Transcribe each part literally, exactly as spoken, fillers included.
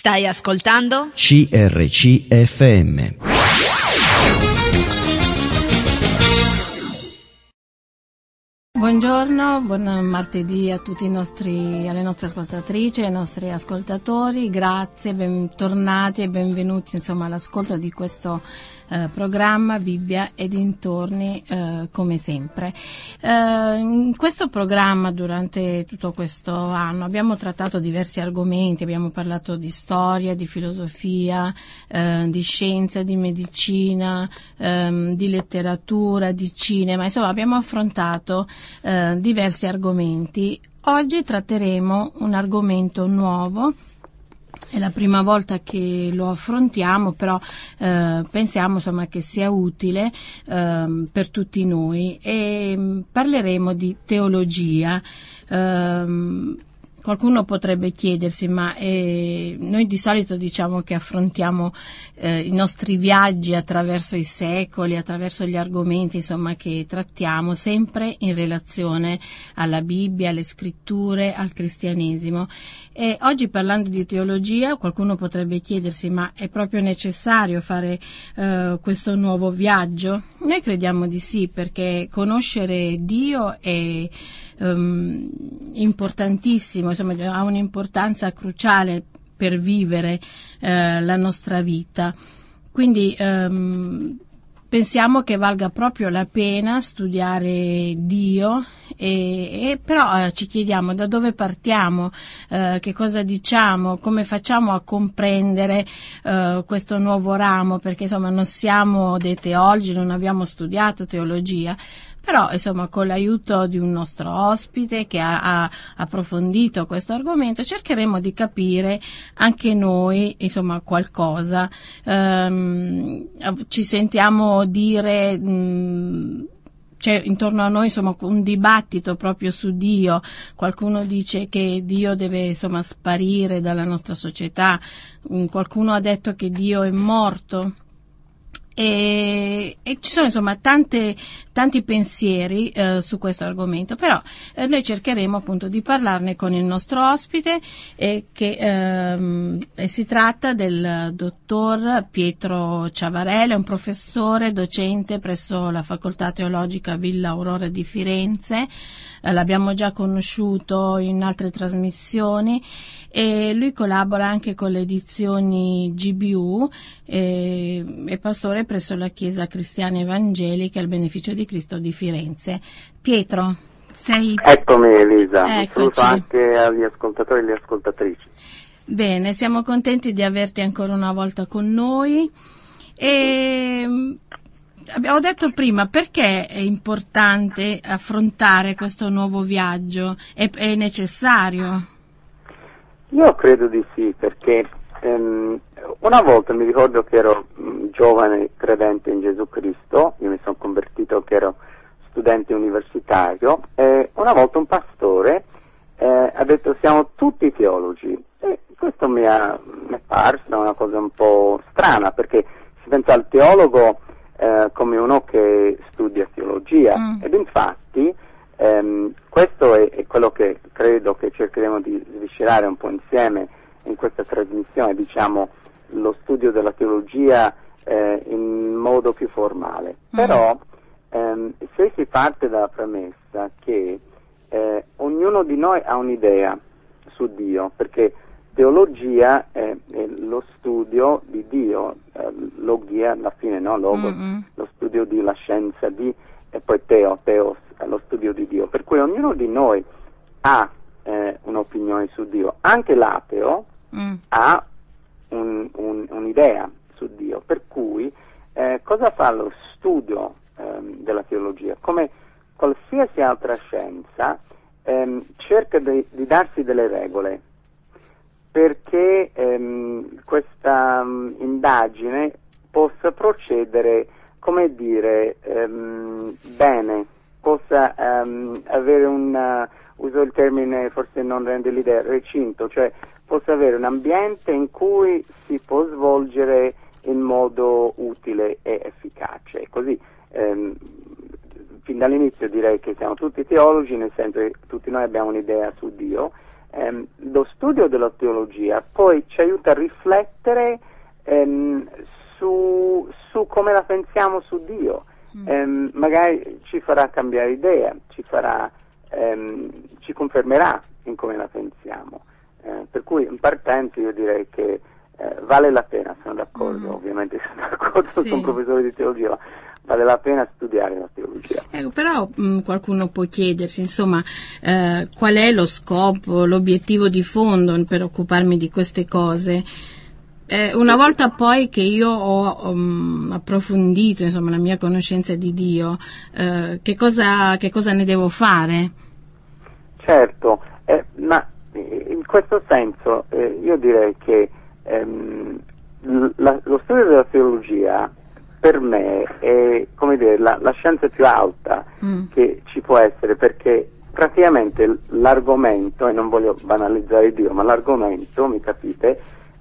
Stai ascoltando C R C F M. Buongiorno, buon martedì a tutti i nostri, alle nostre ascoltatrici, ai nostri ascoltatori, grazie, bentornati e benvenuti insomma all'ascolto di questo eh, programma Bibbia e dintorni eh, come sempre. Eh, in questo programma durante tutto questo anno abbiamo trattato diversi argomenti, abbiamo parlato di storia, di filosofia, eh, di scienza, di medicina, ehm, di letteratura, di cinema, insomma abbiamo affrontato Eh, diversi argomenti. Oggi tratteremo un argomento nuovo, è la prima volta che lo affrontiamo, però eh, pensiamo insomma che sia utile eh, per tutti noi e mh, parleremo di teologia. Eh, Qualcuno potrebbe chiedersi, ma eh, noi di solito diciamo che affrontiamo eh, i nostri viaggi attraverso i secoli, attraverso gli argomenti insomma che trattiamo, sempre in relazione alla Bibbia, alle scritture, al cristianesimo. E oggi parlando di teologia, qualcuno potrebbe chiedersi, ma è proprio necessario fare eh, questo nuovo viaggio? Noi crediamo di sì, perché conoscere Dio è Um, importantissimo, insomma ha un'importanza cruciale per vivere eh, la nostra vita, quindi um, pensiamo che valga proprio la pena studiare Dio e, e però eh, ci chiediamo da dove partiamo, eh, che cosa diciamo, come facciamo a comprendere eh, questo nuovo ramo, perché insomma non siamo dei teologi, non abbiamo studiato teologia. Però, insomma, con l'aiuto di un nostro ospite che ha, ha approfondito questo argomento, cercheremo di capire anche noi, insomma, qualcosa. Um, ci sentiamo dire, mh, c'è intorno a noi, insomma, un dibattito proprio su Dio. Qualcuno dice che Dio deve, insomma, sparire dalla nostra società. Qualcuno ha detto che Dio è morto. E, e ci sono insomma tante, tanti pensieri eh, su questo argomento, però eh, noi cercheremo appunto di parlarne con il nostro ospite eh, che ehm, e si tratta del dottor Pietro Ciavarella, un professore docente presso la Facoltà Teologica Villa Aurora di Firenze. Eh, l'abbiamo già conosciuto in altre trasmissioni e lui collabora anche con le edizioni G B U e è pastore presso la Chiesa Cristiana Evangelica Il Beneficio di Cristo di Firenze. Pietro, sei... Eccomi Elisa, un Eccoci. saluto anche agli ascoltatori e alle ascoltatrici. Bene, siamo contenti di averti ancora una volta con noi e abbiamo detto prima, perché è importante affrontare questo nuovo viaggio? È, è necessario? Io credo di sì, perché ehm, una volta mi ricordo che ero mh, giovane credente in Gesù Cristo, io mi sono convertito che ero studente universitario, e una volta un pastore eh, ha detto siamo tutti teologi, e questo mi, ha, mi è parsa una cosa un po' strana, perché si pensa al teologo eh, come uno che studia teologia, mm. ed infatti Um, questo è, è quello che credo che cercheremo di sviscerare un po' insieme in questa trasmissione, diciamo lo studio della teologia eh, in modo più formale. Mm. Però um, se si parte dalla premessa che eh, ognuno di noi ha un'idea su Dio, perché teologia è, è lo studio di Dio, eh, logia alla fine, no? Logos, mm-hmm. lo studio di la scienza di, e poi teo, teos, lo studio di Dio, per cui ognuno di noi ha eh, un'opinione su Dio, anche l'ateo mm. ha un, un, un'idea su Dio, per cui eh, cosa fa lo studio ehm, della teologia? Come qualsiasi altra scienza ehm, cerca di, di darsi delle regole perché ehm, questa um, indagine possa procedere, come dire, ehm, bene, possa um, avere un, uh, uso il termine, forse non rende l'idea, recinto, cioè possa avere un ambiente in cui si può svolgere in modo utile e efficace. Così, ehm, fin dall'inizio direi che siamo tutti teologi, nel senso che tutti noi abbiamo un'idea su Dio, ehm, lo studio della teologia poi ci aiuta a riflettere ehm, su, su come la pensiamo su Dio, mm. ehm, magari ci farà cambiare idea, ci farà, ehm, ci confermerà in come la pensiamo, eh, per cui in partenza io direi che eh, vale la pena, sono d'accordo, mm. ovviamente sono d'accordo, sì. Sono professore di teologia, ma vale la pena studiare la teologia. Eh, però mh, qualcuno può chiedersi, insomma, eh, qual è lo scopo, l'obiettivo di fondo per occuparmi di queste cose. Eh, una volta poi che io ho um, approfondito, insomma, la mia conoscenza di Dio, eh, che cosa, che cosa ne devo fare? Certo, eh, ma in questo senso eh, io direi che ehm, la, lo studio della teologia per me è, come dire, la, la scienza più alta mm. che ci può essere, perché praticamente l'argomento, e non voglio banalizzare Dio, ma l'argomento, mi capite,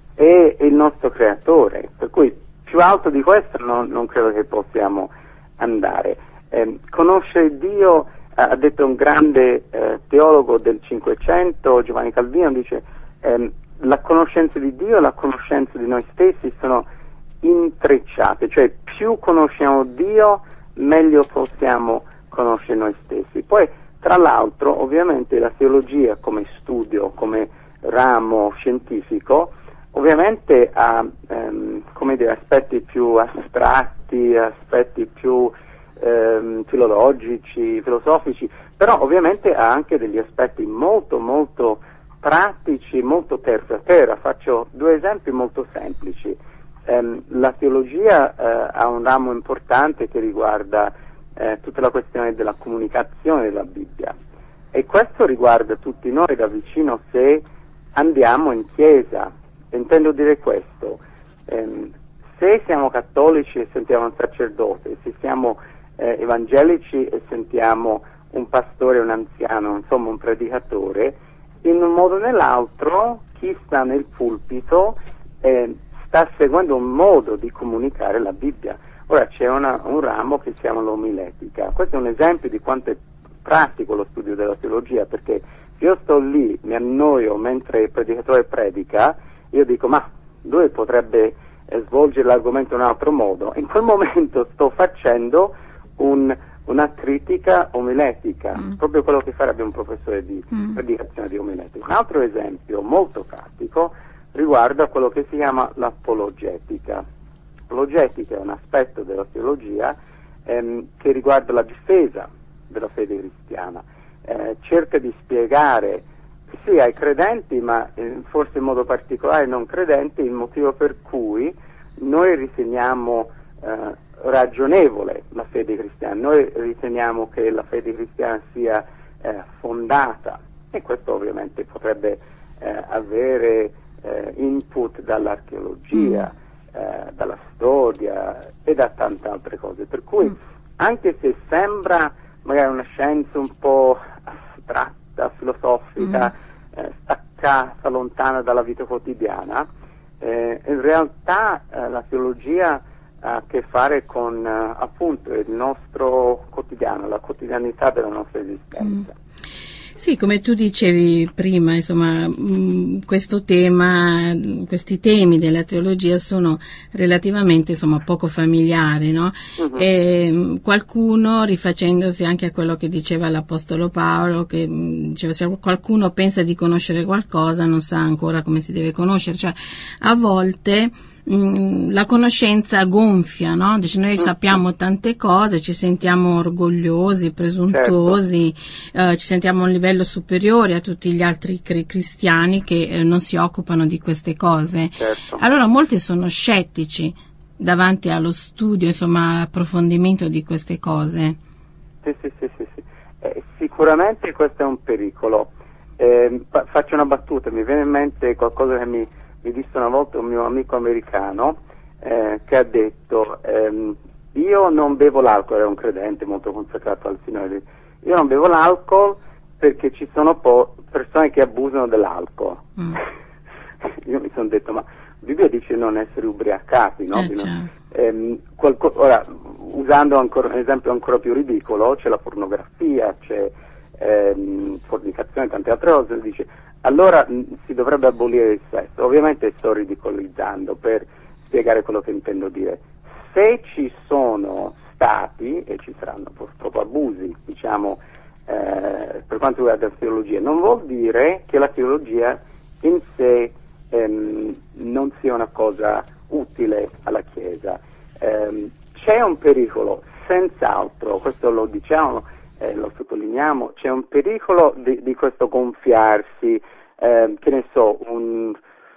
è il nostro creatore, per cui più alto di questo non, non credo che possiamo andare. Eh, conoscere Dio, eh, ha detto un grande eh, teologo del Cinquecento, Giovanni Calvino, dice ehm, la conoscenza di Dio e la conoscenza di noi stessi sono intrecciate, cioè più conosciamo Dio meglio possiamo conoscere noi stessi. Poi tra l'altro ovviamente la teologia come studio, come ramo scientifico, ovviamente ha ehm, come dire, aspetti più astratti, aspetti più ehm, filologici, filosofici, però ovviamente ha anche degli aspetti molto molto pratici, molto terra a terra. Faccio due esempi molto semplici. Um, la teologia uh, ha un ramo importante che riguarda uh, tutta la questione della comunicazione della Bibbia, e questo riguarda tutti noi da vicino se andiamo in chiesa. Intendo dire questo, um, se siamo cattolici e sentiamo un sacerdote, se siamo eh, evangelici e sentiamo un pastore, un anziano, insomma un predicatore, in un modo o nell'altro chi sta nel pulpito eh, sta seguendo un modo di comunicare la Bibbia. Ora c'è una, un ramo che si chiama l'omiletica. Questo è un esempio di quanto è pratico lo studio della teologia, perché se io sto lì, mi annoio mentre il predicatore predica, io dico ma lui potrebbe eh, svolgere l'argomento in un altro modo. In quel momento sto facendo un, una critica omiletica, mm. proprio quello che farebbe un professore di mm. predicazione di omiletica. Un altro esempio molto pratico riguarda quello che si chiama l'apologetica. L'apologetica è un aspetto della teologia ehm, che riguarda la difesa della fede cristiana, eh, cerca di spiegare sì ai credenti, ma eh, forse in modo particolare ai non credenti, il motivo per cui noi riteniamo eh, ragionevole la fede cristiana, noi riteniamo che la fede cristiana sia eh, fondata, e questo ovviamente potrebbe eh, avere Eh, input dall'archeologia, mm. eh, dalla storia e da tante altre cose, per cui mm. anche se sembra magari una scienza un po' astratta, filosofica, mm. eh, staccata, lontana dalla vita quotidiana, eh, in realtà eh, la teologia ha a che fare con eh, appunto il nostro quotidiano, la quotidianità della nostra esistenza. Mm. Sì, come tu dicevi prima, insomma, mh, questo tema, questi temi della teologia sono relativamente, insomma, poco familiari, no? Uh-huh. E mh, qualcuno, rifacendosi anche a quello che diceva l'Apostolo Paolo, che mh, diceva se qualcuno pensa di conoscere qualcosa non sa ancora come si deve conoscere, cioè a volte mh, la conoscenza gonfia, no? Dice, noi sappiamo tante cose, ci sentiamo orgogliosi, presuntuosi, certo. eh, ci sentiamo a un livello superiore a tutti gli altri cri- cristiani che eh, non si occupano di queste cose. Certo. Allora molti sono scettici davanti allo studio, insomma, all'approfondimento di queste cose. Sì, sì, sì, sì, sì. Eh, sicuramente questo è un pericolo. Eh, fa- faccio una battuta, mi viene in mente qualcosa che mi, mi disse una volta un mio amico americano eh, che ha detto ehm, io non bevo l'alcol, era un credente molto consacrato al Signore, io non bevo l'alcol perché ci sono po- persone che abusano dell'alcol. Mm. Io mi sono detto, ma la Bibbia dice non essere ubriacati, no? Eh, non, ehm, qualco- ora, usando ancora un esempio ancora più ridicolo, c'è la pornografia, c'è ehm, fornicazione e tante altre cose, dice allora mh, si dovrebbe abolire il sesso. Ovviamente sto ridicolizzando per spiegare quello che intendo dire. Se ci sono stati, e ci saranno purtroppo abusi, diciamo, eh, per quanto riguarda la teologia, non vuol dire che la teologia in sé ehm, non sia una cosa utile alla Chiesa. Ehm, c'è un pericolo, senz'altro, questo lo diciamo, eh, lo sottolineiamo, c'è un pericolo di, di questo gonfiarsi, eh, che ne so, un,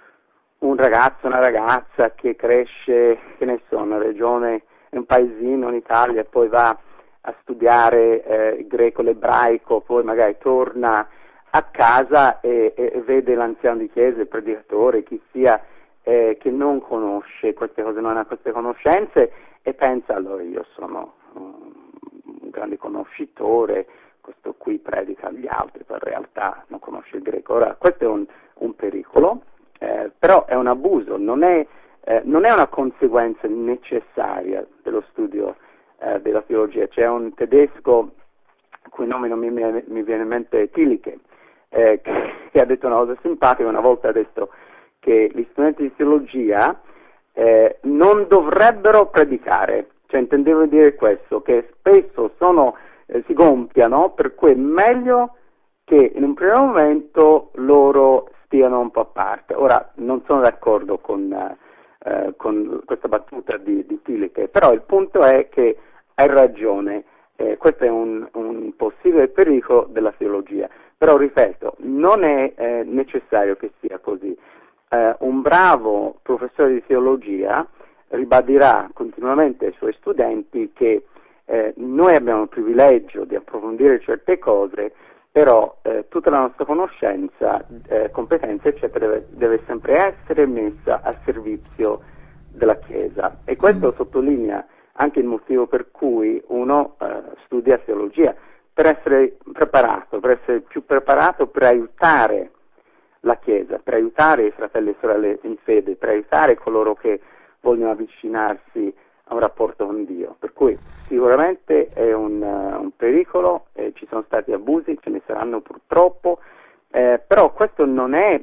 un ragazzo, una ragazza che cresce, che ne so, in una regione, in un paesino in Italia, e poi va a studiare eh, il greco, l'ebraico, poi magari torna a casa e, e vede l'anziano di chiesa, il predicatore, chi sia, eh, che non conosce queste cose, non ha queste conoscenze, e pensa, allora io sono um, un grande conoscitore, questo qui predica agli altri, però in realtà non conosce il greco. Ora, questo è un, un pericolo, eh, però è un abuso, non è, eh, non è una conseguenza necessaria dello studio eh, della teologia. C'è un tedesco, cui nome non mi, mi viene in mente, Tillich, eh, che, che ha detto una cosa simpatica. Una volta ha detto che gli studenti di teologia eh, non dovrebbero predicare, cioè intendevo dire questo, che spesso sono, eh, si gonfiano, per cui è meglio che in un primo momento loro stiano un po' a parte. Ora, non sono d'accordo con, eh, con questa battuta di, di Tillich, però il punto è che hai ragione, eh, questo è un, un possibile pericolo della teologia, però ripeto, non è eh, necessario che sia così. Eh, un bravo professore di teologia ribadirà continuamente ai suoi studenti che eh, noi abbiamo il privilegio di approfondire certe cose, però eh, tutta la nostra conoscenza, eh, competenza eccetera deve, deve sempre essere messa a servizio della Chiesa, e questo mm. sottolinea anche il motivo per cui uno eh, studia teologia, per essere preparato, per essere più preparato per aiutare la Chiesa, per aiutare i fratelli e sorelle in fede, per aiutare coloro che vogliono avvicinarsi a un rapporto con Dio. Per cui sicuramente è un, uh, un pericolo, eh, ci sono stati abusi, ce ne saranno purtroppo, eh, però questo non è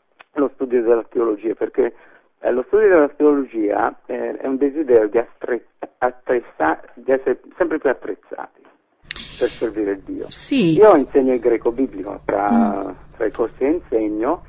lo studio della teologia, perché eh, lo studio della teologia eh, è un desiderio di, attre- attrezza- di essere sempre più attrezzati per servire Dio. Sì. Io insegno il greco biblico, tra, mm. tra i corsi che insegno,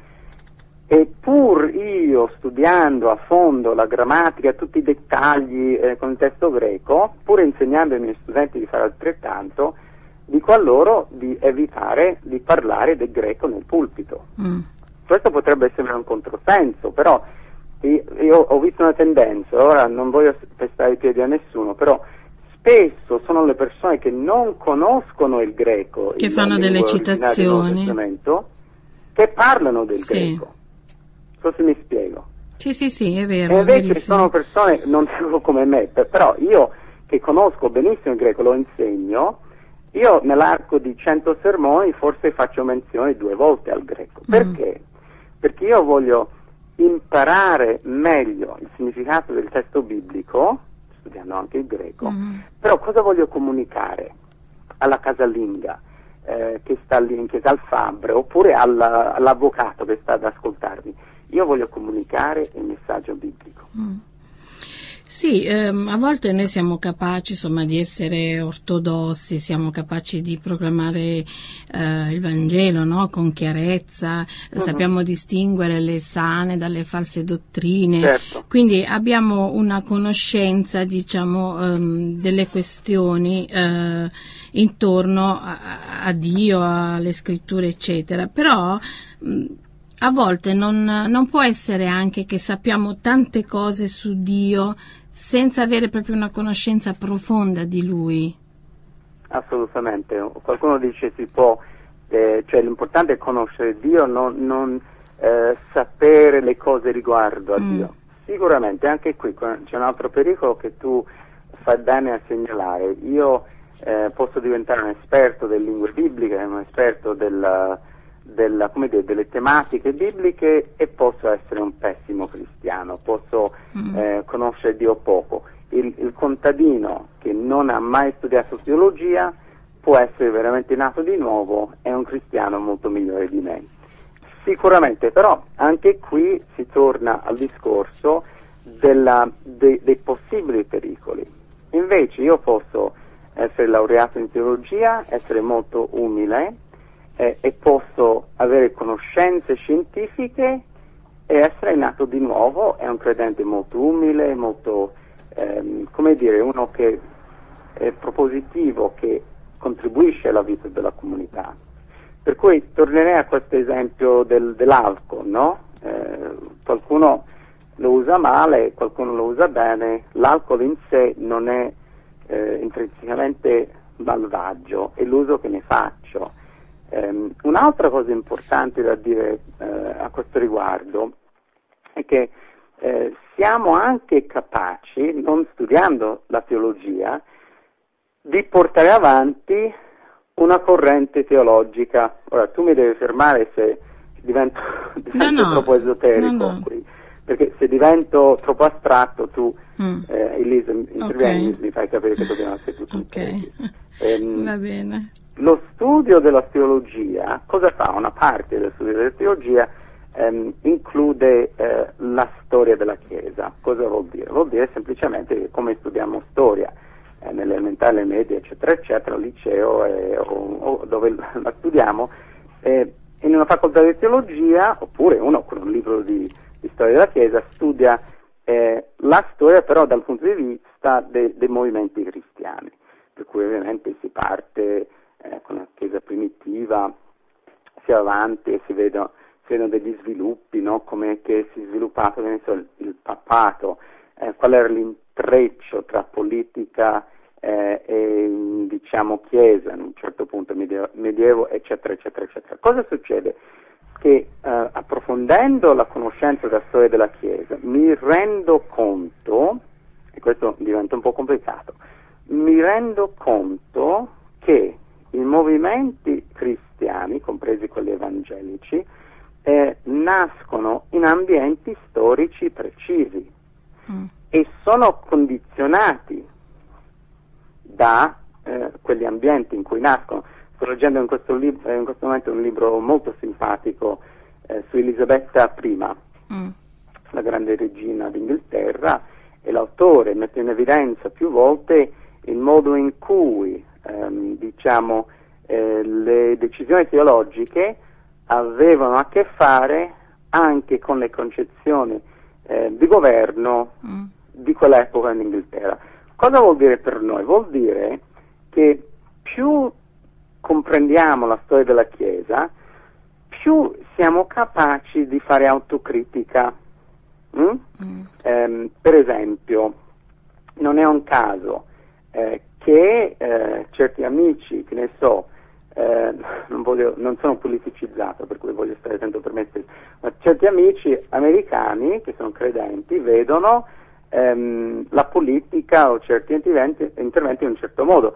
e pur io studiando a fondo la grammatica, tutti i dettagli eh, con il testo greco, pur insegnando ai miei studenti di fare altrettanto, dico a loro di evitare di parlare del greco nel pulpito. Mm. Questo potrebbe sembrare un controsenso, però io, io ho visto una tendenza, ora non voglio pestare i piedi a nessuno, però spesso sono le persone che non conoscono il greco, che il, fanno delle citazioni, che parlano del sì. greco. So se mi spiego. Sì, sì, sì, è vero. E invece verissimo. sono persone, non dico come me, però io che conosco benissimo il greco, lo insegno, io nell'arco di cento sermoni forse faccio menzione due volte al greco. Mm. Perché? Perché io voglio imparare meglio il significato del testo biblico, studiando anche il greco, mm. però cosa voglio comunicare alla casalinga eh, che sta lì in chiesa, al fabbro, oppure alla, all'avvocato che sta ad ascoltarmi? Io voglio comunicare il messaggio biblico. Mm. Sì, ehm, a volte noi siamo capaci, insomma, di essere ortodossi, siamo capaci di proclamare eh, il Vangelo, no? Con chiarezza, uh-huh. sappiamo distinguere le sane dalle false dottrine, certo. Quindi abbiamo una conoscenza, diciamo, ehm, delle questioni eh, intorno a, a Dio, alle scritture, eccetera. Però mh, a volte non, non può essere anche che sappiamo tante cose su Dio senza avere proprio una conoscenza profonda di Lui. Assolutamente. Qualcuno dice si può, eh, cioè l'importante è conoscere Dio, non, non eh, sapere le cose riguardo a mm. Dio. Sicuramente, anche qui c'è un altro pericolo che tu fai bene a segnalare. Io eh, posso diventare un esperto delle lingue bibliche, un esperto della Della, come dire, delle tematiche bibliche, e posso essere un pessimo cristiano, posso mm. eh, conoscere Dio poco. Il, il contadino che non ha mai studiato teologia può essere veramente nato di nuovo, è un cristiano molto migliore di me. Sicuramente, però anche qui si torna al discorso della, de, dei possibili pericoli. Invece io posso essere laureato in teologia, essere molto umile eh, e posso avere conoscenze scientifiche e essere nato di nuovo, è un credente molto umile, molto, ehm, come dire, uno che è propositivo, che contribuisce alla vita della comunità. Per cui tornerei a questo esempio del, dell'alcol, no? Eh, qualcuno lo usa male, qualcuno lo usa bene, l'alcol in sé non è eh, intrinsecamente malvagio, è l'uso che ne faccio. Um, un'altra cosa importante da dire eh, a questo riguardo è che eh, siamo anche capaci, non studiando la teologia, di portare avanti una corrente teologica. Ora tu mi devi fermare se divento, divento no, no. troppo esoterico no, no. qui, perché se divento troppo astratto tu, mm. eh, Elisa, intervieni, okay. mi fai capire che dobbiamo essere più concreti. Okay. Ehm, Va bene. Lo studio della teologia, cosa fa? Una parte dello studio della teologia ehm, include eh, la storia della Chiesa. Cosa vuol dire? Vuol dire semplicemente che come studiamo storia eh, nelle elementari, medie, eccetera, eccetera, al liceo eh, o, o dove la studiamo, eh, in una facoltà di teologia, oppure uno con un libro di, di storia della Chiesa, studia eh, la storia però dal punto di vista de, dei movimenti cristiani, per cui ovviamente si parte Eh, con la Chiesa primitiva, si va avanti e si vedono, si vedono degli sviluppi, no? Come che si è sviluppato, che ne so, il, il papato, eh, qual era l'intreccio tra politica eh, e diciamo Chiesa, in un certo punto medievo, medievo eccetera, eccetera, eccetera. Cosa succede? Che eh, approfondendo la conoscenza della storia della Chiesa mi rendo conto, e questo diventa un po' complicato, mi rendo conto che i movimenti cristiani, compresi quelli evangelici, eh, nascono in ambienti storici precisi mm. e sono condizionati da eh, quegli ambienti in cui nascono. Sto leggendo in questo, lib- in questo momento un libro molto simpatico eh, su Elisabetta I, mm. la grande regina d'Inghilterra, e l'autore mette in evidenza più volte il modo in cui Ehm, diciamo eh, le decisioni teologiche avevano a che fare anche con le concezioni eh, di governo mm. di quell'epoca in Inghilterra. Cosa vuol dire per noi? Vuol dire che più comprendiamo la storia della Chiesa, più siamo capaci di fare autocritica. Mm? Mm. Ehm, per esempio, non è un caso eh, che eh, certi amici, che ne so, eh, non, voglio, non sono politicizzato, per cui voglio stare attento per me stesso, ma certi amici americani che sono credenti vedono ehm, la politica o certi interventi, interventi in un certo modo.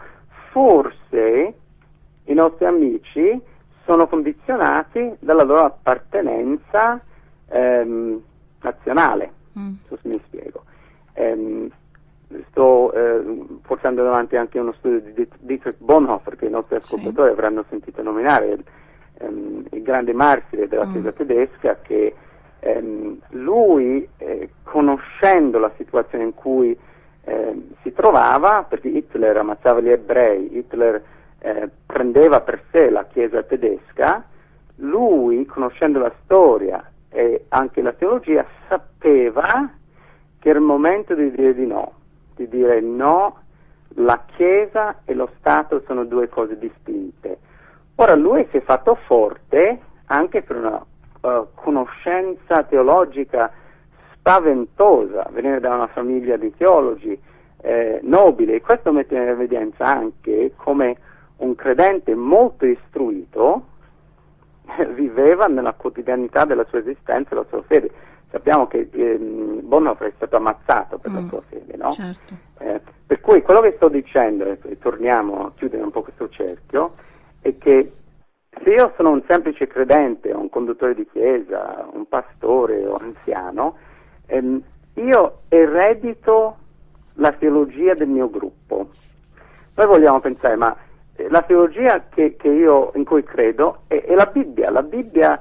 Forse i nostri amici sono condizionati dalla loro appartenenza ehm, nazionale, mm. se mi spiego. Ehm, Sto eh, portando avanti anche uno studio di Dietrich Bonhoeffer, che i nostri ascoltatori sì. avranno sentito nominare, il, ehm, il grande martire della mm. Chiesa tedesca, che ehm, lui, eh, conoscendo la situazione in cui eh, si trovava, perché Hitler ammazzava gli ebrei, Hitler eh, prendeva per sé la Chiesa tedesca, lui, conoscendo la storia e anche la teologia, sapeva che era il momento di dire di no. di dire no, la Chiesa e lo Stato sono due cose distinte. Ora lui si è fatto forte anche per una uh, conoscenza teologica spaventosa, venire da una famiglia di teologi eh, nobili, e questo mette in evidenza anche come un credente molto istruito eh, viveva nella quotidianità della sua esistenza e la sua fede. Sappiamo che eh, Bonhoeffer è stato ammazzato per mm, la sua fede, no? Certo. Eh, per cui quello che sto dicendo, e torniamo a chiudere un po' questo cerchio, è che se io sono un semplice credente, un conduttore di chiesa, un pastore o anziano, ehm, io eredito la teologia del mio gruppo. Noi vogliamo pensare, ma eh, la teologia che, che io, in cui credo è, è la Bibbia. La Bibbia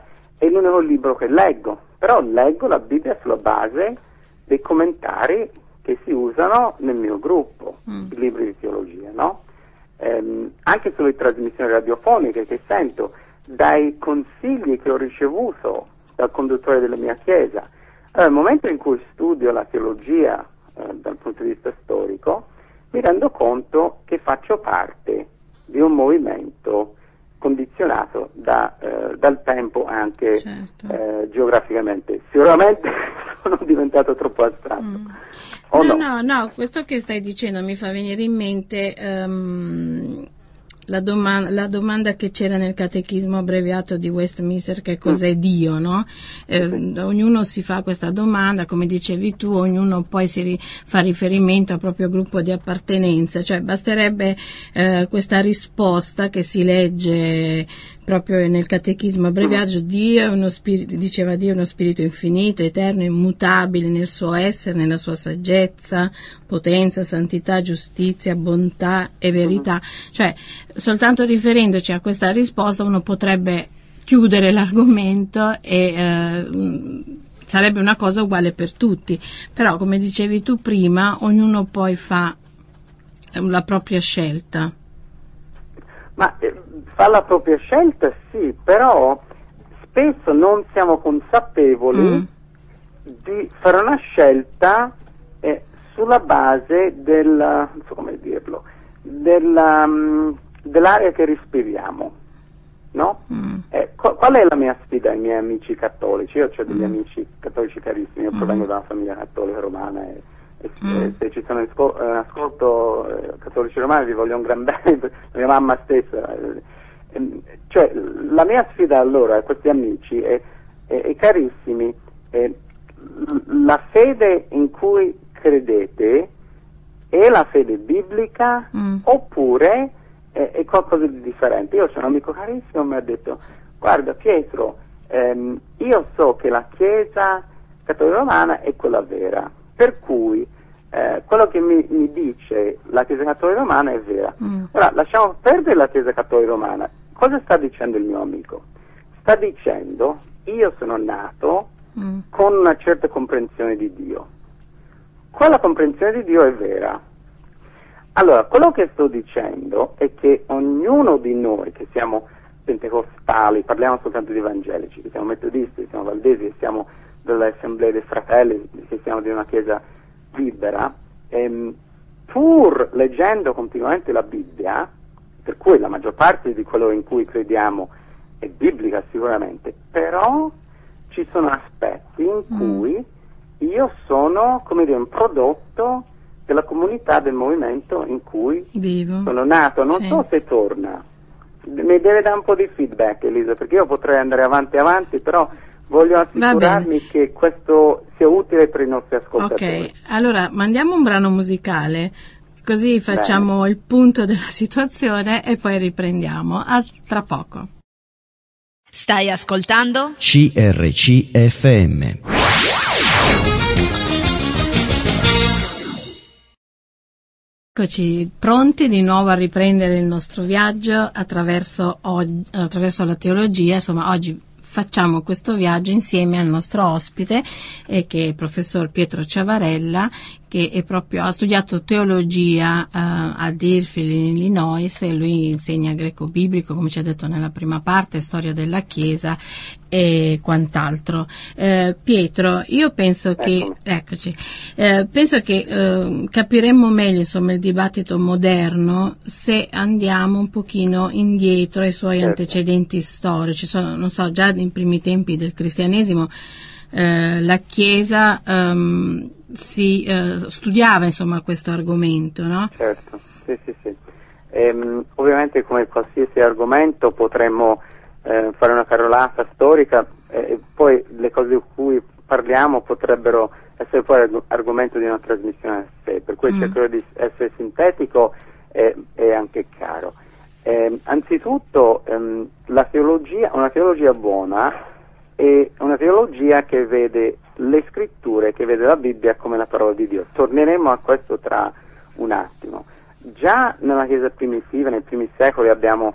è l'unico libro che leggo, però leggo la Bibbia sulla base dei commentari che si usano nel mio gruppo, mm. i libri di teologia, no? Ehm, anche sulle trasmissioni radiofoniche che sento, dai consigli che ho ricevuto dal conduttore della mia chiesa. Allora, nel momento in cui studio la teologia eh, dal punto di vista storico, mi rendo conto che faccio parte di un movimento condizionato da, eh, dal tempo anche certo. eh, geograficamente. Sicuramente sono diventato troppo astratto. Mm. No, no, no, no, questo che stai dicendo mi fa venire in mente um, la, doma- la domanda che c'era nel catechismo abbreviato di Westminster, che cos'è mm. Dio, no? Eh, sì. Ognuno si fa questa domanda, come dicevi tu, ognuno poi si ri- fa riferimento al proprio gruppo di appartenenza, cioè basterebbe eh, questa risposta che si legge proprio nel catechismo abbreviato. Dio è uno spirito, diceva Dio è uno spirito infinito, eterno, immutabile nel suo essere, nella sua saggezza, potenza, santità, giustizia, bontà e verità. Cioè, soltanto riferendoci a questa risposta uno potrebbe chiudere l'argomento e eh, sarebbe una cosa uguale per tutti, però come dicevi tu prima, ognuno poi fa la propria scelta. Ma eh, fa la propria scelta, sì, però spesso non siamo consapevoli mm. di fare una scelta eh, sulla base del, non so come dirlo, della, um, dell'aria che respiriamo, no? Mm. Eh, qu- qual è la mia sfida ai miei amici cattolici? Io ho degli mm. amici cattolici carissimi, io mm. provengo da una famiglia cattolica romana e Mm. se ci sono in ascol- eh, ascolto eh, cattolici romani vi voglio un gran bene, la mia mamma stessa, eh, eh, cioè la mia sfida allora a questi amici è, è, è carissimi, è, la fede in cui credete è la fede biblica mm. oppure è, è qualcosa di differente. Io ho un amico carissimo che mi ha detto: guarda Pietro, ehm, io so che la Chiesa cattolica romana è quella vera, per cui eh, quello che mi, mi dice la Chiesa Cattolica Romana è vera. Mm. Ora, lasciamo perdere la Chiesa Cattolica Romana. Cosa sta dicendo il mio amico? Sta dicendo: io sono nato mm. con una certa comprensione di Dio. Quella comprensione di Dio è vera. Allora, quello che sto dicendo è che ognuno di noi che siamo pentecostali, parliamo soltanto di evangelici, che siamo metodisti, che siamo valdesi, che siamo delle assemblee dei fratelli, che siamo di una chiesa libera, ehm, pur leggendo continuamente la Bibbia, per cui la maggior parte di quello in cui crediamo è biblica sicuramente, però ci sono aspetti in cui mm. io sono, come dire, un prodotto della comunità, del movimento in cui Vivo. sono nato. Non sì. so se torna, mi deve dare un po' di feedback, Elisa, perché io potrei andare avanti avanti, però voglio assicurarmi che questo sia utile per i nostri ascoltatori. Ok, allora mandiamo un brano musicale, così facciamo Bene. il punto della situazione e poi riprendiamo. A tra poco. Stai ascoltando? C R C F M. Eccoci pronti di nuovo a riprendere il nostro viaggio attraverso, oggi, attraverso la teologia. Insomma, oggi facciamo questo viaggio insieme al nostro ospite, eh, che è il professor Pietro Ciavarella, che è proprio, ha studiato teologia eh, a Deerfield in Illinois, e lui insegna greco-biblico, come ci ha detto nella prima parte, storia della Chiesa e quant'altro. Eh, Pietro, io penso che, eccoci, eh, penso che eh, capiremmo meglio, insomma, il dibattito moderno se andiamo un pochino indietro ai suoi certo. antecedenti storici. Sono, non so, già nei primi tempi del cristianesimo eh, la Chiesa um, si eh, studiava, insomma, questo argomento, no? Certo, sì, sì, sì. Ehm, ovviamente, come qualsiasi argomento, potremmo eh, fare una carrellata storica e eh, poi le cose di cui parliamo potrebbero essere poi arg- argomento di una trasmissione a sé, per cui mm. cercherò di essere sintetico e, e anche chiaro. Eh, anzitutto ehm, la teologia, una teologia buona è una teologia che vede le scritture, che vede la Bibbia come la parola di Dio. Torneremo a questo tra un attimo. Già nella Chiesa primitiva, nei primi secoli, abbiamo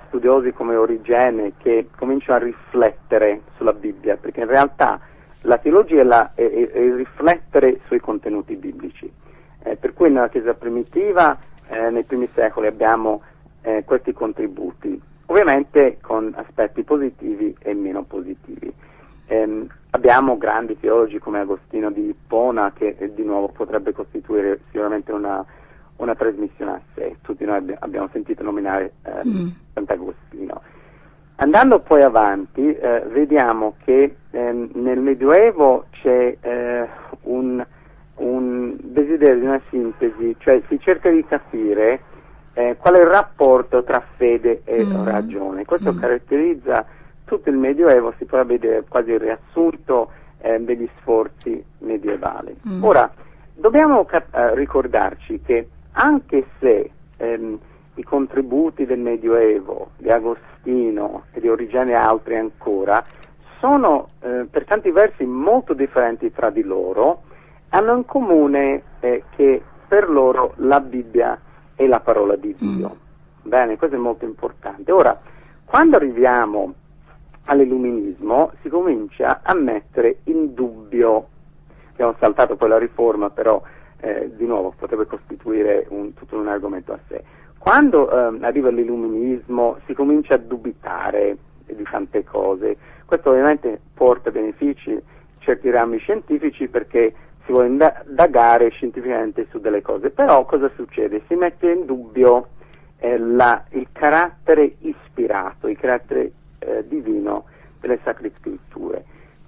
studiosi come Origene che cominciano a riflettere sulla Bibbia, perché in realtà la teologia è, la, è, è, è riflettere sui contenuti biblici. Eh, per cui nella Chiesa primitiva, eh, nei primi secoli, abbiamo eh, questi contributi, ovviamente con aspetti positivi e meno positivi. Eh, abbiamo grandi teologi come Agostino di Ippona, che eh, di nuovo potrebbe costituire sicuramente una, una trasmissione a sé. Tutti noi abbi- abbiamo sentito nominare eh, mm. Sant'Agostino. Andando poi avanti, eh, vediamo che eh, nel Medioevo c'è eh, un, un desiderio di una sintesi, cioè si cerca di capire eh, qual è il rapporto tra fede e mm. ragione. Questo mm. caratterizza tutto il Medioevo, si può vedere quasi il riassunto eh, degli sforzi medievali. Mm. Ora, dobbiamo cap- eh, ricordarci che anche se ehm, i contributi del Medioevo, di Agostino e di Origene e altri ancora, sono eh, per tanti versi molto differenti tra di loro, hanno in comune eh, che per loro la Bibbia è la parola di Dio. Mm. Bene, questo è molto importante. Ora, quando arriviamo all'illuminismo si comincia a mettere in dubbio, abbiamo saltato poi la riforma, però eh, di nuovo potrebbe costituire un, tutto un argomento a sé. Quando eh, arriva l'illuminismo si comincia a dubitare di tante cose. Questo ovviamente porta benefici in certi rami scientifici, perché si vuole indagare scientificamente su delle cose, però cosa succede? Si mette in dubbio eh, la, il carattere ispirato, il carattere eh, divino delle Sacre Scritture.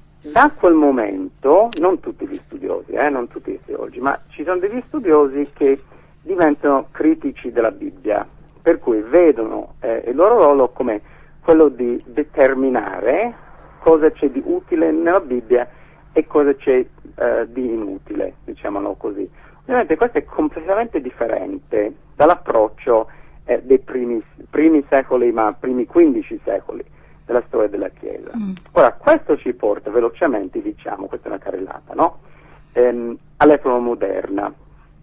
Da quel momento, non tutti gli studiosi, eh, non tutti gli teologi, ma ci sono degli studiosi che diventano critici della Bibbia, per cui vedono eh, il loro ruolo come quello di determinare cosa c'è di utile nella Bibbia e cosa c'è eh, di inutile, diciamolo così. Ovviamente questo è completamente differente dall'approccio eh, dei primi, primi secoli, ma primi quindici secoli della storia della Chiesa. Mm. Ora, questo ci porta velocemente, diciamo, questa è una carrellata, no? Ehm, all'epoca moderna,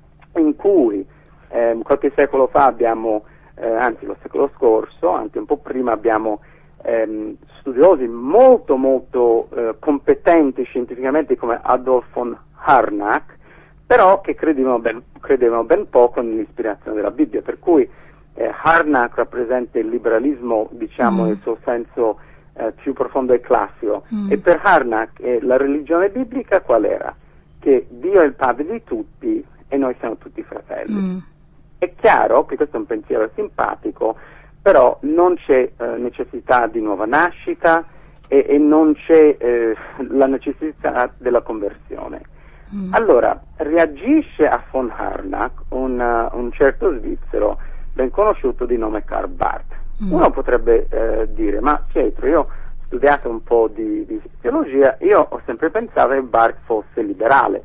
in cui eh, qualche secolo fa abbiamo, eh, anzi lo secolo scorso, anche un po' prima, abbiamo ehm, studiosi molto molto eh, competenti scientificamente come Adolf von Harnack, però che credevano ben, credevano ben poco nell'ispirazione della Bibbia, per cui eh, Harnack rappresenta il liberalismo, diciamo, mm. nel suo senso eh, più profondo e classico, mm. e per Harnack eh, la religione biblica qual era? Che Dio è il padre di tutti e noi siamo tutti fratelli. Mm. È chiaro che questo è un pensiero simpatico, però non c'è eh, necessità di nuova nascita e, e non c'è eh, la necessità della conversione. Mm. Allora, reagisce a von Harnack un, uh, un certo svizzero ben conosciuto di nome Karl Barth. Mm. Uno potrebbe eh, dire, ma Pietro, io ho studiato un po' di, di teologia, io ho sempre pensato che Barth fosse liberale.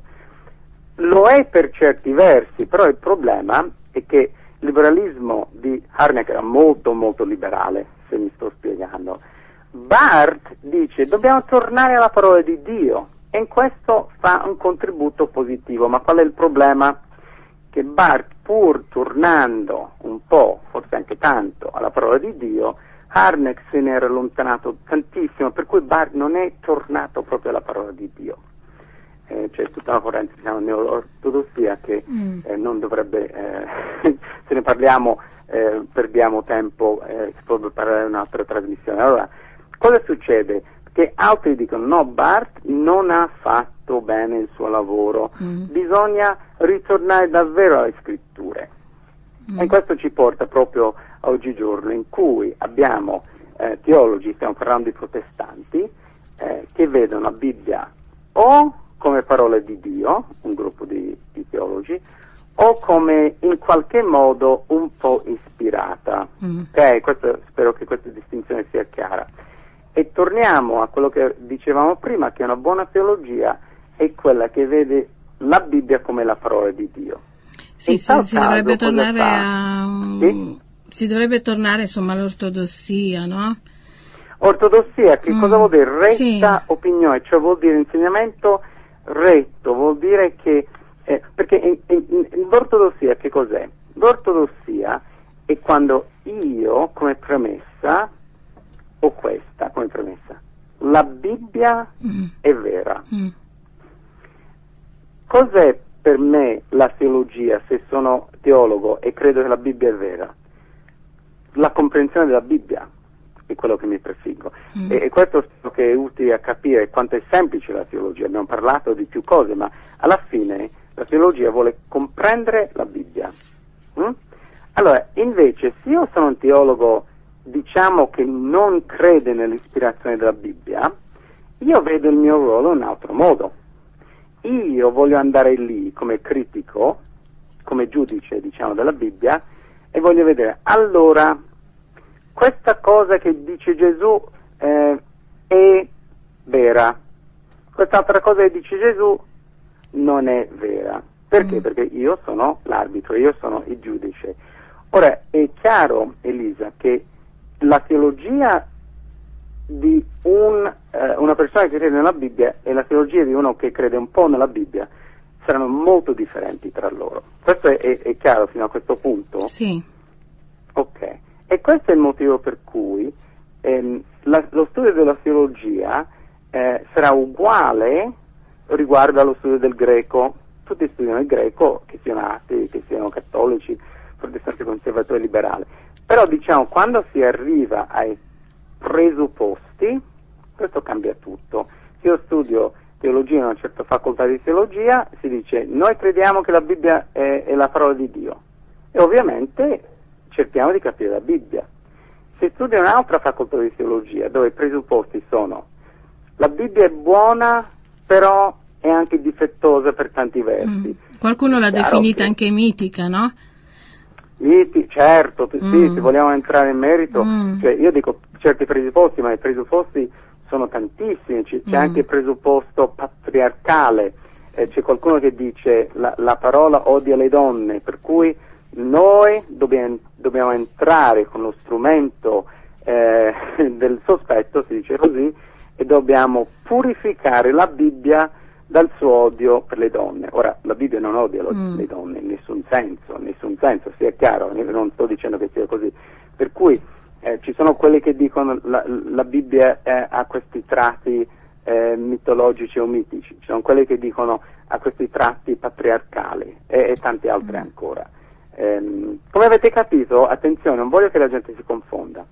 Lo è per certi versi, però il problema è che il liberalismo di Harnack era molto molto liberale, se mi sto spiegando. Barth dice dobbiamo tornare alla parola di Dio, e in questo fa un contributo positivo, ma qual è il problema? Che Barth, pur tornando un po', forse anche tanto, alla parola di Dio, Harnack se ne era allontanato tantissimo, per cui Barth non è tornato proprio alla parola di Dio. Eh, c'è tutta una corrente, diciamo, nell'ortodossia che mm. eh, non dovrebbe, eh, se ne parliamo eh, perdiamo tempo, eh, si potrebbe parlare di un'altra trasmissione. Allora, cosa succede? Che altri dicono no, Barth non ha fatto bene il suo lavoro, mm. bisogna ritornare davvero alle scritture. Mm. E questo ci porta proprio a oggigiorno, in cui abbiamo eh, teologi, stiamo parlando di protestanti, eh, che vedono la Bibbia o come parole di Dio, un gruppo di, di teologi, o come in qualche modo un po' ispirata. Mm. Ok, questo, spero che questa distinzione sia chiara. E torniamo a quello che dicevamo prima, che una buona teologia è quella che vede la Bibbia come la parola di Dio. Sì, si, si dovrebbe tornare fa? a Sì? si dovrebbe tornare insomma all'ortodossia, no? Ortodossia, che mm. cosa vuol dire? Retta sì. opinione, cioè vuol dire insegnamento retto, vuol dire che eh, perché in, in, in, l'ortodossia che cos'è? L'ortodossia è quando io come premessa Bibbia mm. è vera. Mm. Cos'è per me la teologia, se sono teologo e credo che la Bibbia è vera? La comprensione della Bibbia è quello che mi prefiggo. Mm. E, e questo è che è utile a capire quanto è semplice la teologia. Abbiamo parlato di più cose, ma alla fine la teologia vuole comprendere la Bibbia. Mm? Allora, invece, se io sono un teologo, diciamo, che non crede nell'ispirazione della Bibbia, io vedo il mio ruolo in un altro modo. Io voglio andare lì come critico, come giudice, diciamo, della Bibbia, e voglio vedere, allora, questa cosa che dice Gesù eh, è vera, quest'altra cosa che dice Gesù non è vera. Perché? Mm. Perché io sono l'arbitro, io sono il giudice. Ora, è chiaro, Elisa, che la teologia di un, eh, una persona che crede nella Bibbia e la teologia di uno che crede un po' nella Bibbia saranno molto differenti tra loro. Questo è, è, è chiaro fino a questo punto? Sì. Ok. E questo è il motivo per cui ehm, la, lo studio della teologia eh, sarà uguale riguardo allo studio del greco. Tutti studiano il greco, che siano atei, che siano cattolici, protestanti, conservatori, liberali. Però diciamo, quando si arriva ai presupposti, questo cambia tutto. Se io studio teologia in una certa facoltà di teologia, si dice noi crediamo che la Bibbia è, è la parola di Dio e ovviamente cerchiamo di capire la Bibbia. Se studio in un'altra facoltà di teologia dove i presupposti sono la Bibbia è buona però è anche difettosa per tanti versi. Mm. Qualcuno l'ha definita che... anche mitica, no? Miti, certo, mm. sì, se vogliamo entrare in merito, mm. cioè io dico certi presupposti, ma i presupposti sono tantissimi, c'è, c'è mm. anche il presupposto patriarcale, eh, c'è qualcuno che dice la, la parola odia le donne, per cui noi dobbiamo, dobbiamo entrare con lo strumento eh, del sospetto, si dice così, e dobbiamo purificare la Bibbia dal suo odio per le donne. Ora, la Bibbia non odia mm. le donne in nessun senso, in nessun senso, sia chiaro, non sto dicendo che sia così. Per cui eh, ci sono quelli che dicono la, la Bibbia eh, ha questi tratti eh, mitologici o mitici, ci sono quelli che dicono ha questi tratti patriarcali e, e tanti altri mm. ancora. Ehm, come avete capito, attenzione, non voglio che la gente si confonda.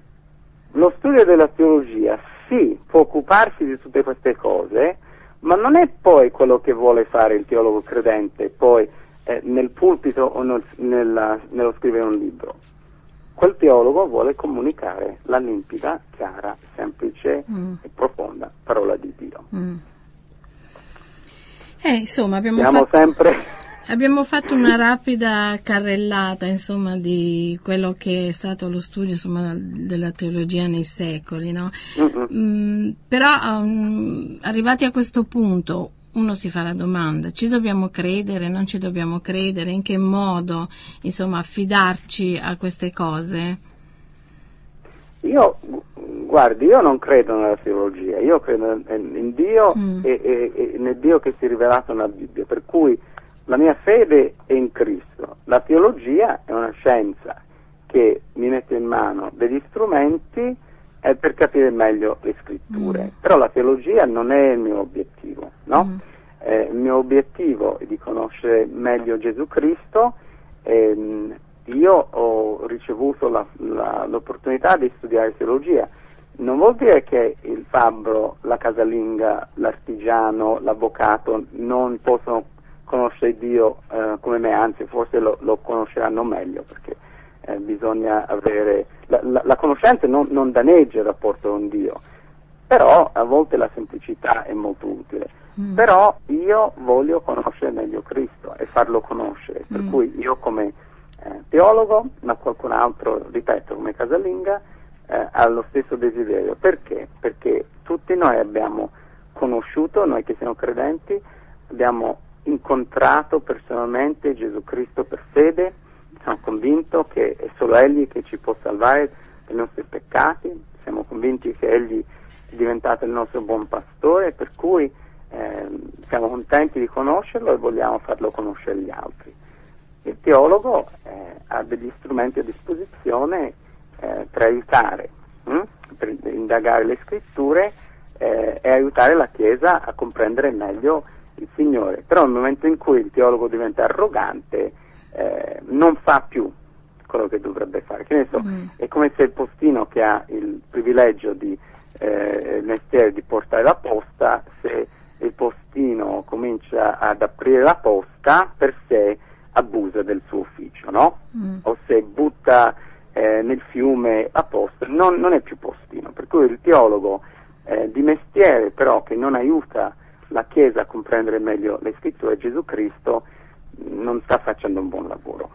Lo studio della teologia sì, può occuparsi di tutte queste cose, ma non è poi quello che vuole fare il teologo credente poi eh, nel pulpito o nel, nella, nello scrivere un libro. Quel teologo vuole comunicare la limpida, chiara, semplice mm. e profonda parola di Dio. Mm. Eh, insomma, abbiamo Siamo fatto... sempre... Abbiamo fatto una rapida carrellata, insomma, di quello che è stato lo studio, insomma, della teologia nei secoli, no? Mm, però um, arrivati a questo punto uno si fa la domanda: ci dobbiamo credere, non ci dobbiamo credere, in che modo, insomma, affidarci a queste cose? Io, guardi, io non credo nella teologia, io credo in Dio mm. e, e, e nel Dio che si è rivelato nella Bibbia, per cui la mia fede è in Cristo. La teologia è una scienza che mi mette in mano degli strumenti eh, per capire meglio le scritture. Mm. Però la teologia non è il mio obiettivo, no? Mm. Eh, il mio obiettivo è di conoscere meglio Gesù Cristo. E, io ho ricevuto la, la, l'opportunità di studiare teologia. Non vuol dire che il fabbro, la casalinga, l'artigiano, l'avvocato non possono conoscere Dio eh, come me, anzi forse lo, lo conosceranno meglio, perché eh, bisogna avere la, la, la conoscenza non, non danneggia il rapporto con Dio, però a volte la semplicità è molto utile. Mm. Però io voglio conoscere meglio Cristo e farlo conoscere, per mm. cui io come eh, teologo, ma qualcun altro, ripeto, come casalinga eh, ha lo stesso desiderio. Perché? Perché tutti noi abbiamo conosciuto, noi che siamo credenti, abbiamo incontrato personalmente Gesù Cristo per fede, siamo convinti che è solo Egli che ci può salvare dai nostri peccati, siamo convinti che Egli è diventato il nostro buon pastore, per cui eh, siamo contenti di conoscerlo e vogliamo farlo conoscere agli altri. Il teologo eh, ha degli strumenti a disposizione eh, per aiutare, hm? per indagare le scritture eh, e aiutare la Chiesa a comprendere meglio il Signore. Però nel momento in cui il teologo diventa arrogante, eh, non fa più quello che dovrebbe fare. Che ne so, mm. è come se il postino che ha il privilegio di eh, il mestiere di portare la posta, se il postino comincia ad aprire la posta, per sé abusa del suo ufficio, no? Mm. O se butta eh, nel fiume la posta, non, non è più postino. Per cui il teologo eh, di mestiere, però, che non aiuta la Chiesa a comprendere meglio le scritture, Gesù Cristo, non sta facendo un buon lavoro.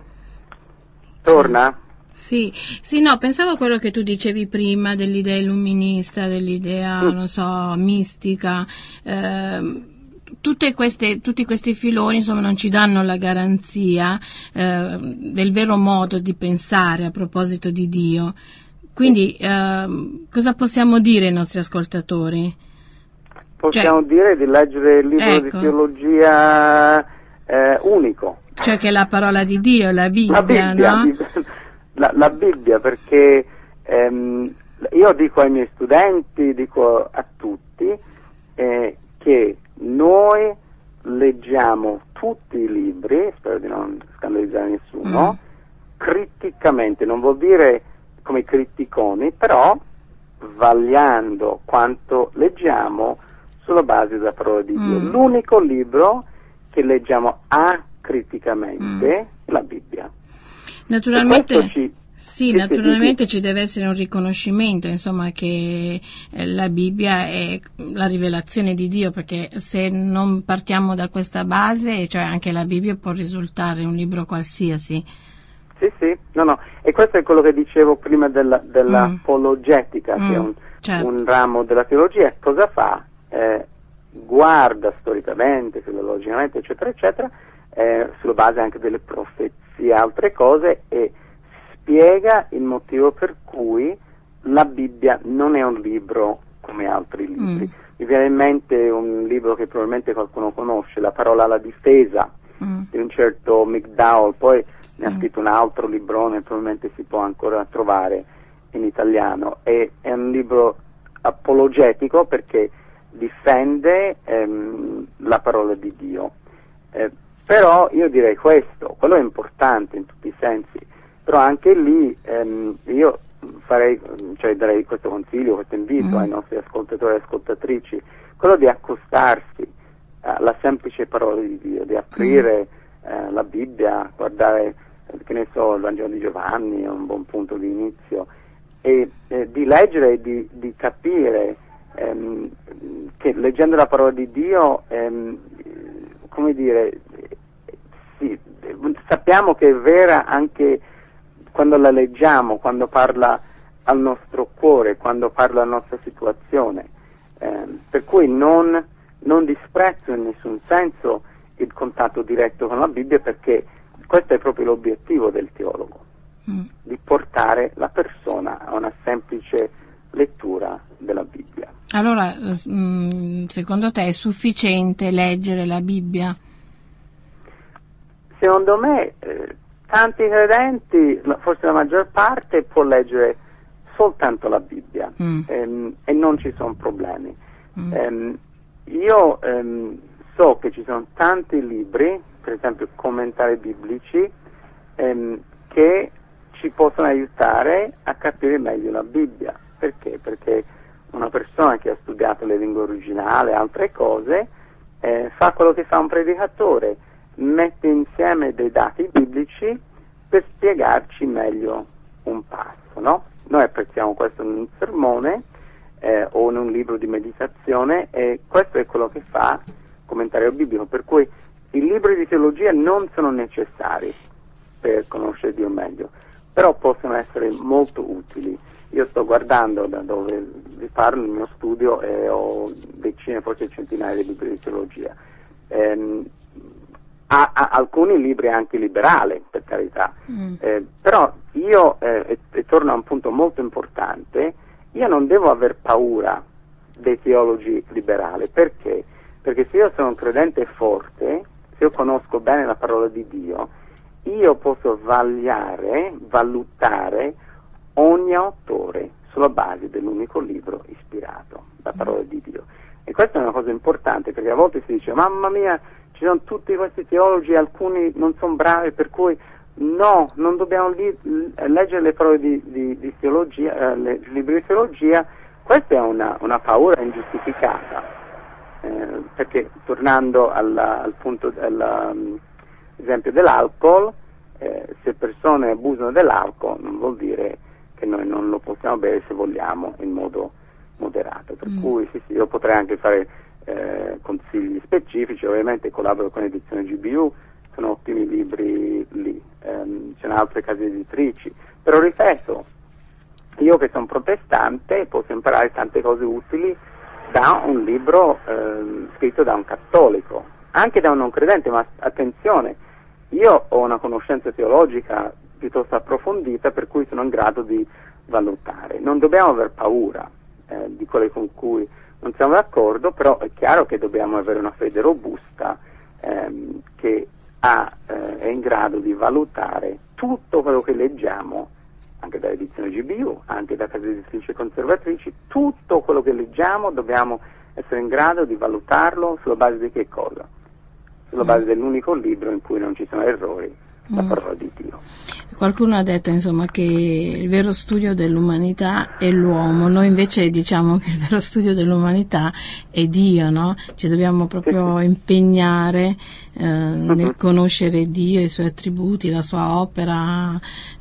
Torna? Sì, sì, no, pensavo a quello che tu dicevi prima dell'idea illuminista, dell'idea, mm. non so, mistica. Eh, tutte queste, tutti questi filoni, insomma, non ci danno la garanzia eh, del vero modo di pensare a proposito di Dio. Quindi, eh, cosa possiamo dire ai nostri ascoltatori? Possiamo cioè, dire di leggere il libro ecco. di teologia eh, unico. Cioè che è la parola di Dio, la Bibbia, la Bibbia no? La, la Bibbia, perché ehm, io dico ai miei studenti, dico a tutti, eh, che noi leggiamo tutti i libri, spero di non scandalizzare nessuno, mm. criticamente, non vuol dire come criticoni, però vagliando quanto leggiamo sulla base della parola di Dio. Mm. L'unico libro che leggiamo acriticamente mm. è la Bibbia. Naturalmente, ci, sì, ci, naturalmente ci, ci deve essere un riconoscimento, insomma, che eh, la Bibbia è la rivelazione di Dio, perché se non partiamo da questa base, cioè anche la Bibbia può risultare un libro qualsiasi. Sì, sì, no, no, e questo è quello che dicevo prima della, dell'apologetica, mm. che è un, certo. un ramo della teologia. Cosa fa? Eh, guarda storicamente, filologicamente, eccetera, eccetera, eh, sulla base anche delle profezie e altre cose, e spiega il motivo per cui la Bibbia non è un libro come altri libri. Mm. Mi viene in mente un libro che probabilmente qualcuno conosce, La parola alla difesa, mm. di un certo McDowell, poi ne ha scritto un altro librone, probabilmente si può ancora trovare in italiano. E, è un libro apologetico perché difende ehm, la parola di Dio. Eh, però io direi questo, quello è importante in tutti i sensi, però anche lì ehm, io farei, cioè darei questo consiglio, questo invito mm. ai nostri ascoltatori e ascoltatrici, quello di accostarsi alla semplice parola di Dio, di aprire mm. eh, la Bibbia, guardare, che ne so, il Vangelo di Giovanni è un buon punto di inizio, e eh, di leggere e di, di capire ehm, che leggendo la parola di Dio, ehm, come dire, sì, sappiamo che è vera anche quando la leggiamo, quando parla al nostro cuore, quando parla alla nostra situazione, eh, per cui non, non disprezzo in nessun senso il contatto diretto con la Bibbia, perché questo è proprio l'obiettivo del teologo, mm. di portare la persona a una semplice lettura della Bibbia. Allora, secondo te è sufficiente leggere la Bibbia? Secondo me eh, tanti credenti, forse la maggior parte, può leggere soltanto la Bibbia mm. ehm, e non ci sono problemi. Mm. Ehm, io ehm, so che ci sono tanti libri, per esempio commentari biblici, ehm, che ci possono aiutare a capire meglio la Bibbia. Perché? Perché una persona che ha studiato le lingue originali e altre cose eh, fa quello che fa un predicatore, mette insieme dei dati biblici per spiegarci meglio un passo, no? Noi apprezziamo questo in un sermone eh, o in un libro di meditazione, e questo è quello che fa il commentario biblico, per cui i libri di teologia non sono necessari per conoscere Dio meglio, però possono essere molto utili. Io sto guardando da dove vi parlo, il mio studio, e ho decine, forse centinaia di libri di teologia. Ehm, ha, ha alcuni libri anche liberali, per carità, mm. eh, però io, eh, e, e torno a un punto molto importante, io non devo aver paura dei teologi liberali. Perché? Perché se io sono un credente forte, se io conosco bene la parola di Dio, io posso vagliare, valutare ogni autore sulla base dell'unico libro ispirato, la parola di Dio. E questa è una cosa importante, perché a volte si dice, mamma mia, ci sono tutti questi teologi, alcuni non sono bravi, per cui no, non dobbiamo li, leggere le parole di, di, di teologia, eh, le, i libri di teologia. Questa è una, una paura ingiustificata, eh, perché tornando alla, al punto dell'esempio dell'alcol, eh, se persone abusano dell'alcol non vuol dire che noi non lo possiamo bere se vogliamo in modo moderato, per mm. cui sì, sì, io potrei anche fare eh, consigli specifici, ovviamente collaboro con Edizione G B U, sono ottimi libri lì, ehm, ci sono altre case editrici, però ripeto, io che sono protestante posso imparare tante cose utili da un libro ehm, scritto da un cattolico, anche da un non credente, ma attenzione, io ho una conoscenza teologica piuttosto approfondita, per cui sono in grado di valutare. Non dobbiamo aver paura eh, di quelle con cui non siamo d'accordo, però è chiaro che dobbiamo avere una fede robusta ehm, che ha, eh, è in grado di valutare tutto quello che leggiamo, anche da Edizione G B U, anche da case editrici conservatrici, tutto quello che leggiamo dobbiamo essere in grado di valutarlo sulla base di che cosa? Sulla base dell'unico libro in cui non ci sono errori, la parola di Dio. Qualcuno ha detto insomma che il vero studio dell'umanità è l'uomo, noi invece diciamo che il vero studio dell'umanità è Dio, no? Ci dobbiamo proprio sì, sì. impegnare eh, uh-huh. nel conoscere Dio, i suoi attributi, la sua opera,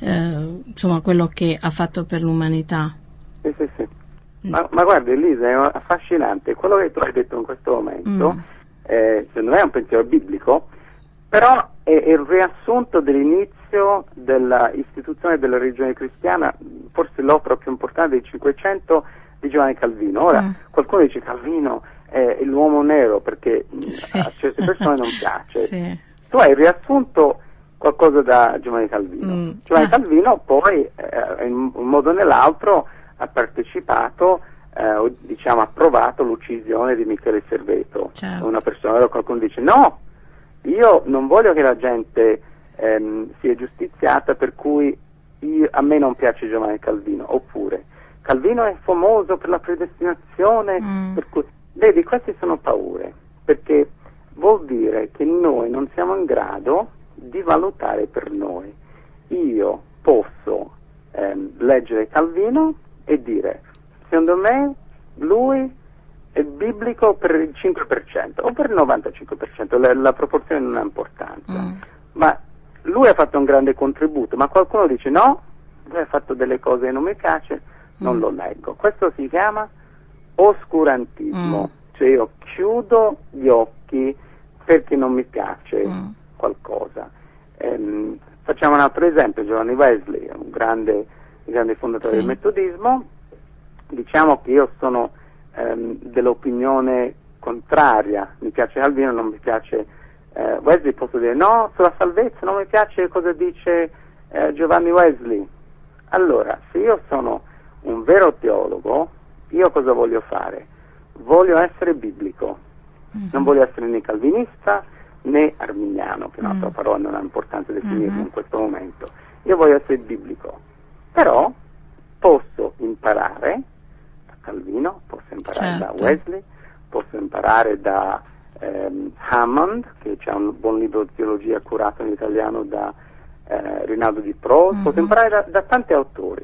eh, insomma quello che ha fatto per l'umanità. Sì, sì, sì. Mm. Ma, ma guarda Elisa, è affascinante, quello che tu hai detto in questo momento, mm. eh, secondo me è un pensiero biblico, però è, è il riassunto dell'inizio della istituzione della religione cristiana, forse l'opera più importante dei Cinquecento di Giovanni Calvino. Ora, mm. qualcuno dice Calvino è l'uomo nero perché sì. a certe persone non piace. Sì. Tu hai riassunto qualcosa da Giovanni Calvino. Mm. Giovanni ah. Calvino poi, eh, in un modo o nell'altro, ha partecipato, eh, diciamo, ha approvato l'uccisione di Michele Serveto. Certo. Una persona, qualcuno dice no, io non voglio che la gente ehm, sia giustiziata, per cui io, a me non piace Giovanni Calvino, oppure Calvino è famoso per la predestinazione, mm. per cui, vedi, queste sono paure, perché vuol dire che noi non siamo in grado di valutare per noi. Io posso ehm, leggere Calvino e dire, secondo me lui è biblico per il cinque per cento o per il novantacinque per cento, la, la proporzione non ha importanza, mm. ma lui ha fatto un grande contributo, ma qualcuno dice no, lui ha fatto delle cose che non mi piace, non mm. lo leggo. Questo si chiama oscurantismo, mm. cioè io chiudo gli occhi perché non mi piace mm. qualcosa. Ehm, facciamo un altro esempio, Giovanni Wesley, un grande, un grande fondatore sì. del metodismo. Diciamo che io sono ehm, dell'opinione contraria, mi piace Calvino, non mi piace eh, Wesley, posso dire no, sulla salvezza non mi piace cosa dice eh, Giovanni Wesley. Allora, se io sono un vero teologo, io cosa voglio fare? Voglio essere biblico, mm-hmm. non voglio essere né calvinista né arminiano, che è un'altra mm. parola, non ha importanza definirlo mm-hmm. in questo momento. Io voglio essere biblico, però posso imparare da Calvino, posso imparare certo. da Wesley, posso imparare da ehm, Hammond, che c'è un buon libro di teologia curato in italiano da eh, Rinaldo Di Pro, mm-hmm. posso imparare da, da tanti autori,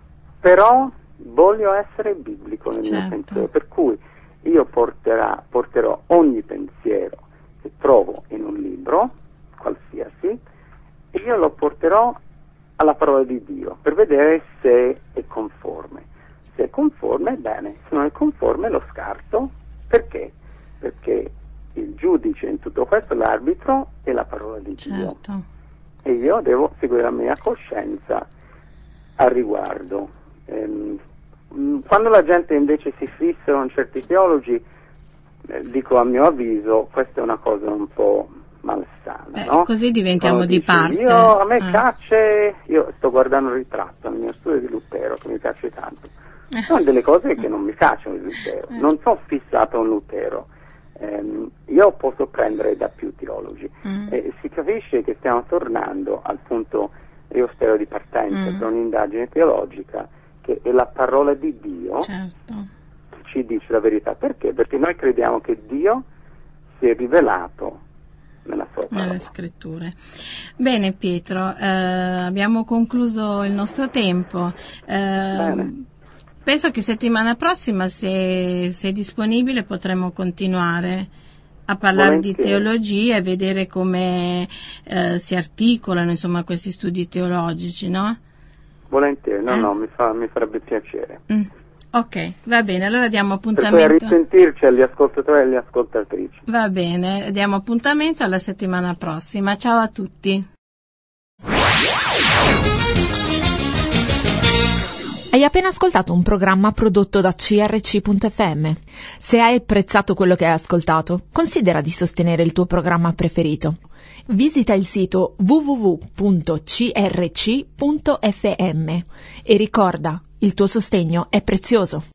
però voglio essere biblico nel certo. mio pensiero, per cui io porterà, porterò ogni pensiero che trovo in un libro, qualsiasi, e io lo porterò alla parola di Dio, per vedere se è conforme. Se è conforme, bene, se non è conforme lo scarto. Perché? Perché il giudice in tutto questo, l'arbitro, è la parola di certo. Dio. E io devo seguire la mia coscienza al riguardo. Ehm, quando la gente invece si fissano in certi teologi, eh, dico a mio avviso, questa è una cosa un po' malsana, eh, no? Così diventiamo di dice, parte. Io, a me eh. piace, io sto guardando il ritratto nel mio studio di Lutero, che mi piace tanto. Sono delle cose che non mi piacciono di Lutero, eh. non sono fissato a un Lutero. Um, io posso prendere da più teologi mm. e si capisce che stiamo tornando al punto, io spero, di partenza mm. per un'indagine teologica, che è la parola di Dio certo. che ci ci dice la verità. Perché? Perché noi crediamo che Dio si è rivelato nella sua parola. Nelle scritture. Bene Pietro, eh, abbiamo concluso il nostro tempo. Eh, penso che settimana prossima, se sei disponibile, potremo continuare a parlare Volentieri. di teologia e vedere come eh, si articolano, insomma, questi studi teologici, no? Volentieri, no, Eh? no, mi, fa, mi farebbe piacere. Mm. Ok, va bene, allora diamo Per poi a appuntamento. risentirci agli ascoltatori e alle ascoltatrici. Va bene, diamo appuntamento alla settimana prossima. Ciao a tutti. Hai appena ascoltato un programma prodotto da C R C punto F M. Se hai apprezzato quello che hai ascoltato, considera di sostenere il tuo programma preferito. Visita il sito w w w punto c r c punto f m e ricorda, il tuo sostegno è prezioso.